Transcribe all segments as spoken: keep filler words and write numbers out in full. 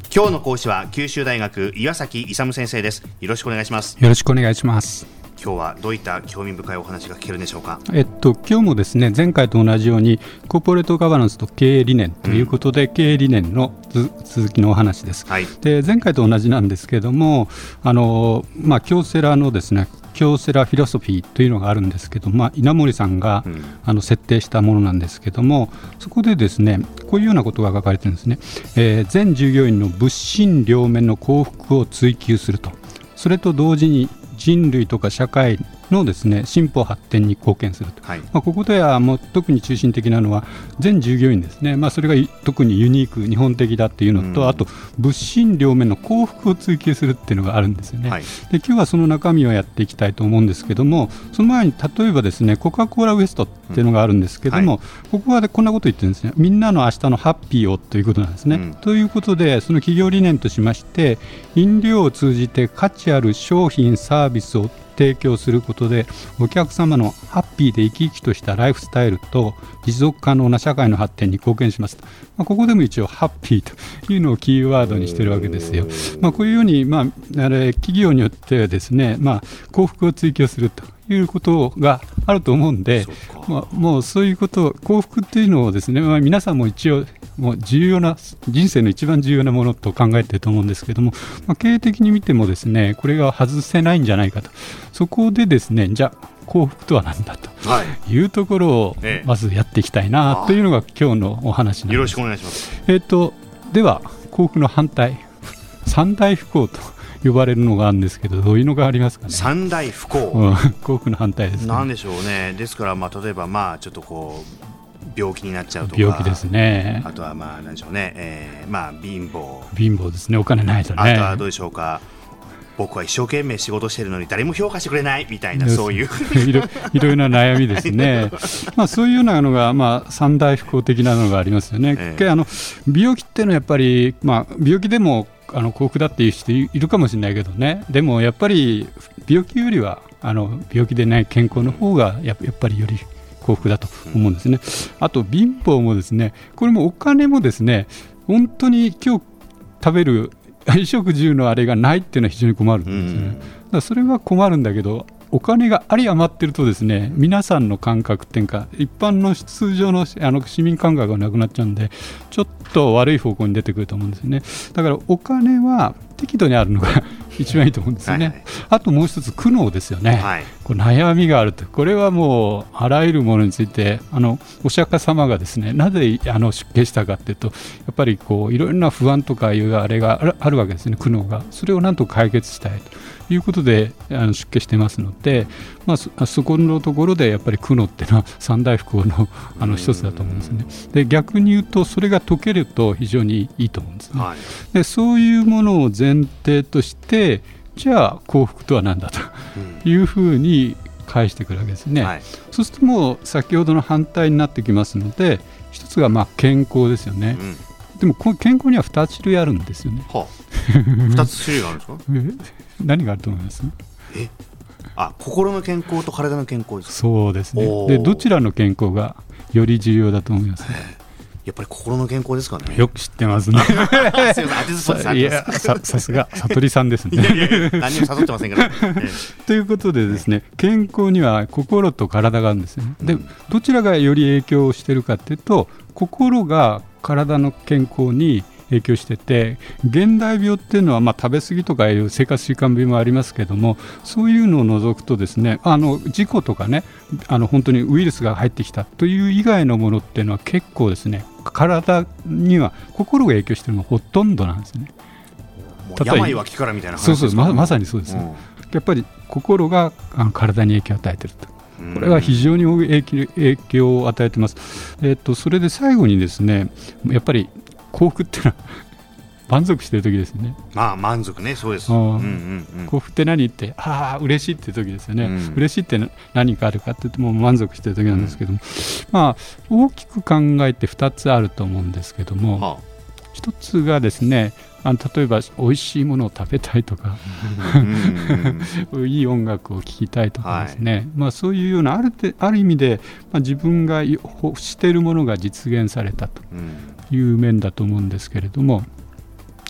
今日の講師は九州大学岩崎勇先生です。よろしくお願いします。 よろしくお願いします。 今日はどういった興味深いお話が聞けるんでしょうか。 えっと、今日もですね、前回と同じようにコーポレートガバナンスと経営理念ということで、うん、経営理念の続きのお話です、はい、で前回と同じなんですけれども、あの、まあ、京セラのですね京セラフィロソフィーというのがあるんですけど、まあ、稲森さんが、うん、あの設定したものなんですけども、そこでですねこういうようなことが書かれてるんですね、えー、全従業員の物心両面の幸福を追求すると、それと同時に人類とか社会のですね進歩発展に貢献すると、はい、まあ、ここではもう特に中心的なのは全従業員ですね、まあ、それが特にユニーク日本的だっていうのと、うん、あと物心両面の幸福を追求するっていうのがあるんですよね、はい、で今日はその中身をやっていきたいと思うんですけども、その前に例えばですねコカ・コーラウエストっていうのがあるんですけども、うん、はい、ここはこんなこと言ってるんですね。みんなの明日のハッピーをということなんですね、うん、ということでその企業理念としまして、飲料を通じて価値ある商品サービスを提供することでお客様のハッピーで生き生きとしたライフスタイルと持続可能な社会の発展に貢献しますと、まあ、ここでも一応ハッピーというのをキーワードにしているわけですよ。まあ、こういうように、まあ、あれ企業によってはですね、まあ、幸福を追求するということがあると思うんで、まあ、もうそういうこと幸福っていうのをですね、まあ、皆さんも一応もう重要な人生の一番重要なものと考えていると思うんですけども、まあ、経営的に見てもですねこれが外せないんじゃないかと、そこでですねじゃあ幸福とは何だというところをまずやっていきたいなというのが今日のお話なんです。 よろしくお願いします。 えーと、では幸福の反対三大不幸と呼ばれるのがあるんですけど、どういうのがありますかね。 三大不幸、 うん、幸福の反対ですね。 なんでしょうね。ですから、まあ、例えばまあちょっとこう病気になっちゃうとか、 病気ですね。 あとはまあ何でしょうね、えー、まあ貧乏貧乏ですね。お金ないとね。 あとはどうでしょうか、僕は一生懸命仕事してるのに誰も評価してくれないみたいな、そういういろいろな悩みですねまあそういうようなのが、まあ、三大不幸的なのがありますよね、えー、あの病気っていうのはやっぱり、まあ、病気でもあの幸福だっていう人いるかもしれないけどね、でもやっぱり病気よりはあの病気でない健康の方がやっぱりより幸福だと思うんですね。あと貧乏もですね、これもお金もですね本当に今日食べる衣食住のあれがないっていうのは非常に困るんですよね。だからそれは困るんだけど、お金があり余ってるとですね皆さんの感覚っていうか一般の通常 の, あの市民感覚がなくなっちゃうんで、ちょっと悪い方向に出てくると思うんですよね。だからお金は適度にあるのが一番いいと思うんですよねはい、はい、あともう一つ苦悩ですよね、はい、こう悩みがあると、これはもうあらゆるものについてあのお釈迦様がですねなぜあの出家したかというと、やっぱりこういろいろな不安とかいうあれがあ る, あるわけですね、苦悩が。それをなんとか解決したいということであの出家してますので、まあ、そ, そこのところでやっぱり苦悩っていうのは三大不幸 の, あの一つだと思うんですね。で逆に言うとそれが解けると非常にいいと思うんですね、はい、でそういうものを前提としてじゃあ幸福とは何だというふうに返してくるわけですね、はい、そうするともう先ほどの反対になってきますので、一つがまあ健康ですよね、うん、でもこの健康にはふたつ種類あるんですよね、はあ、ふたつ種類があるんですかえ何があると思います？ えあ心の健康と体の健康ですか？ そうですね。でどちらの健康がより重要だと思います？ やっぱり心の健康ですかね。 よく知ってますねいや さ, さすが悟りさんですねいやいや何も悟ってませんから、ええ、 ということでですね、健康には心と体があるんですよね。で、うん、どちらがより影響しているかというと、心が体の健康に影響してて、現代病っていうのはまあ食べ過ぎとかいう生活習慣病もありますけども、そういうのを除くとですね、あの事故とかね、あの本当にウイルスが入ってきたという以外のものっていうのは結構ですね体には心が影響しているのがほとんどなんですね。 もう病は気からみたいな話ですか？そうそう ま, まさにそうです、うん、やっぱり心があの体に影響を与えていると、これは非常に大きい影響を与えています、えー、とそれで最後にですね、やっぱり幸福っていうのは満足している時ですね。 まあ満足ね、そうです、うんうんうん、 幸福って何って、ああ嬉しいって時ですよね、うん、嬉しいって何かあるかって言っても満足している時なんですけども、うん、まあ大きく考えてふたつあると思うんですけども、はあ、ひとつがですね、あの例えば美味しいものを食べたいとかいい音楽を聴きたいとかですね、はい、まあ、そういうようなあ る, ある意味で、まあ、自分が欲しているものが実現されたという面だと思うんですけれども、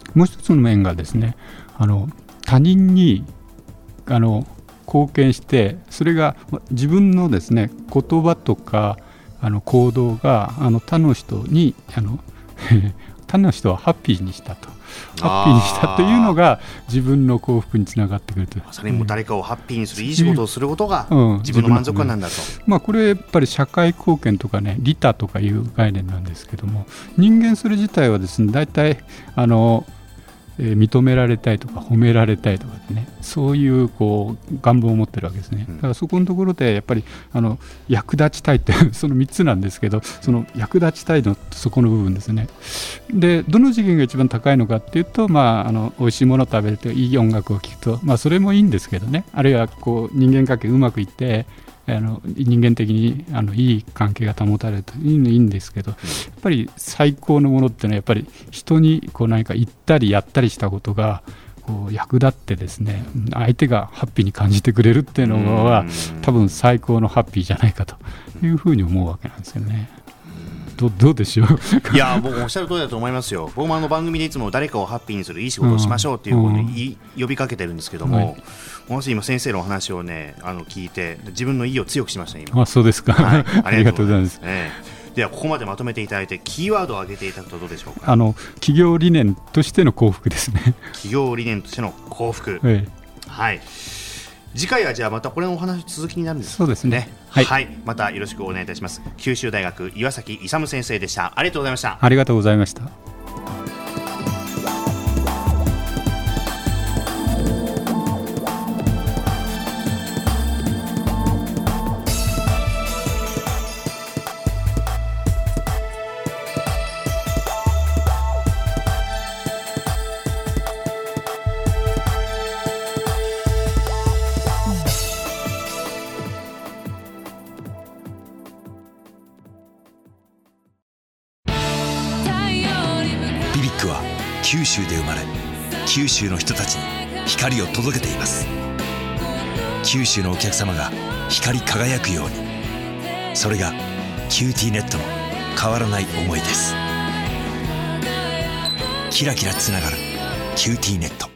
もう一つの面がですね、あの他人にあの貢献して、それが自分のですね言葉とかあの行動があの他の人にあの他の人をハッピーにしたとハッピーにしたというのが自分の幸福につながってくると。 まさにもう誰かをハッピーにする、うん、いい仕事をすることが自分の満足感なんだと、 うん、まあ、これやっぱり社会貢献とかね、利他とかいう概念なんですけども、人間それ自体はですね、大体あのえー、認められたいとか褒められたいとかね、そういうこう願望を持ってるわけですね。だからそこのところでやっぱりあの役立ちたいってそのみっつなんですけど、その役立ちたいのそこの部分ですね。でどの次元が一番高いのかっていうと、まあ、あの美味しいものを食べると、いい音楽を聴くと、まあ、それもいいんですけどね、あるいはこう人間関係うまくいってあの人間的にあのいい関係が保たれるといいのいいんですけど、やっぱり最高のものっていうのはやっぱり人にこう何か言ったりやったりしたことがこう役立ってですね、相手がハッピーに感じてくれるっていうのは多分最高のハッピーじゃないかというふうに思うわけなんですよね。ど, どうでしょう。 いや僕おっしゃる通りだと思いますよ。僕もあの番組でいつも誰かをハッピーにするいい仕事をしましょうっていうことに呼びかけてるんですけども、はい、もし今先生のお話をねあの聞いて自分の意を強くしました今。 あ、そうですか、はい、ありがとうございます。 えー、ではここまでまとめていただいてキーワードを挙げていただくとどうでしょうか。 あの企業理念としての幸福ですね。 企業理念としての幸福、 ええ、 はい。次回はじゃあまたこれのお話続きになるんですね。 そうですね、 はい、はい、またよろしくお願いいたします。九州大学岩崎勇先生でした。ありがとうございました。 ありがとうございました。 九州で生まれ、九州の人たちに光を届けています。九州のお客様が光り輝くように、それがキューティーネットの変わらない思いです。キラキラつながるキューティーネット。